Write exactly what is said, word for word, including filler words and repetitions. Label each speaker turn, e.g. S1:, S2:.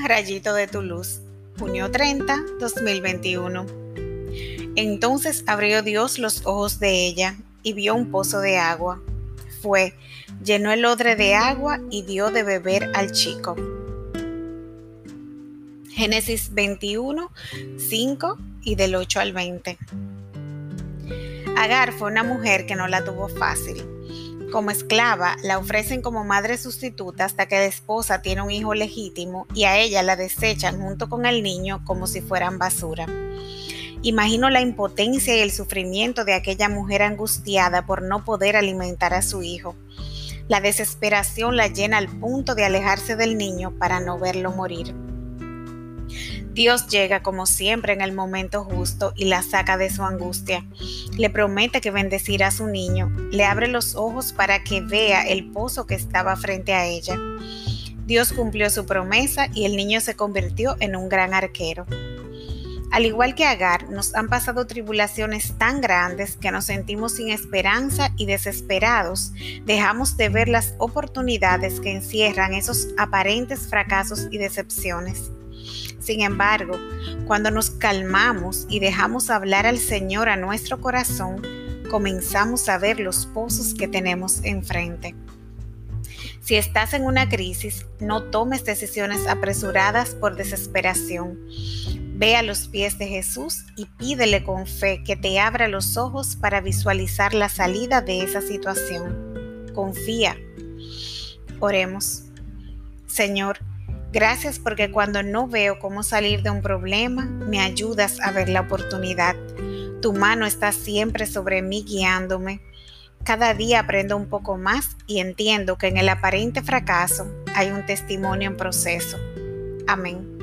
S1: Rayito de tu luz, junio treinta, dos mil veintiuno. Entonces abrió Dios los ojos de ella y vio un pozo de agua. Fue, llenó el odre de agua y dio de beber al chico. Génesis veintiuno, cinco y del ocho al veinte. Agar fue una mujer que no la tuvo fácil. Como esclava, la ofrecen como madre sustituta hasta que la esposa tiene un hijo legítimo y a ella la desechan junto con el niño como si fueran basura. Imagino la impotencia y el sufrimiento de aquella mujer angustiada por no poder alimentar a su hijo. La desesperación la llena al punto de alejarse del niño para no verlo morir. Dios llega como siempre en el momento justo y la saca de su angustia. Le promete que bendecirá a su niño, le abre los ojos para que vea el pozo que estaba frente a ella. Dios cumplió su promesa y el niño se convirtió en un gran arquero. Al igual que Agar, nos han pasado tribulaciones tan grandes que nos sentimos sin esperanza y desesperados. Dejamos de ver las oportunidades que encierran esos aparentes fracasos y decepciones. Sin embargo, cuando nos calmamos y dejamos hablar al Señor a nuestro corazón, comenzamos a ver los pozos que tenemos enfrente. Si estás en una crisis, no tomes decisiones apresuradas por desesperación. Ve a los pies de Jesús y pídele con fe que te abra los ojos para visualizar la salida de esa situación. Confía. Oremos. Señor, gracias porque cuando no veo cómo salir de un problema, me ayudas a ver la oportunidad. Tu mano está siempre sobre mí guiándome. Cada día aprendo un poco más y entiendo que en el aparente fracaso hay un testimonio en proceso. Amén.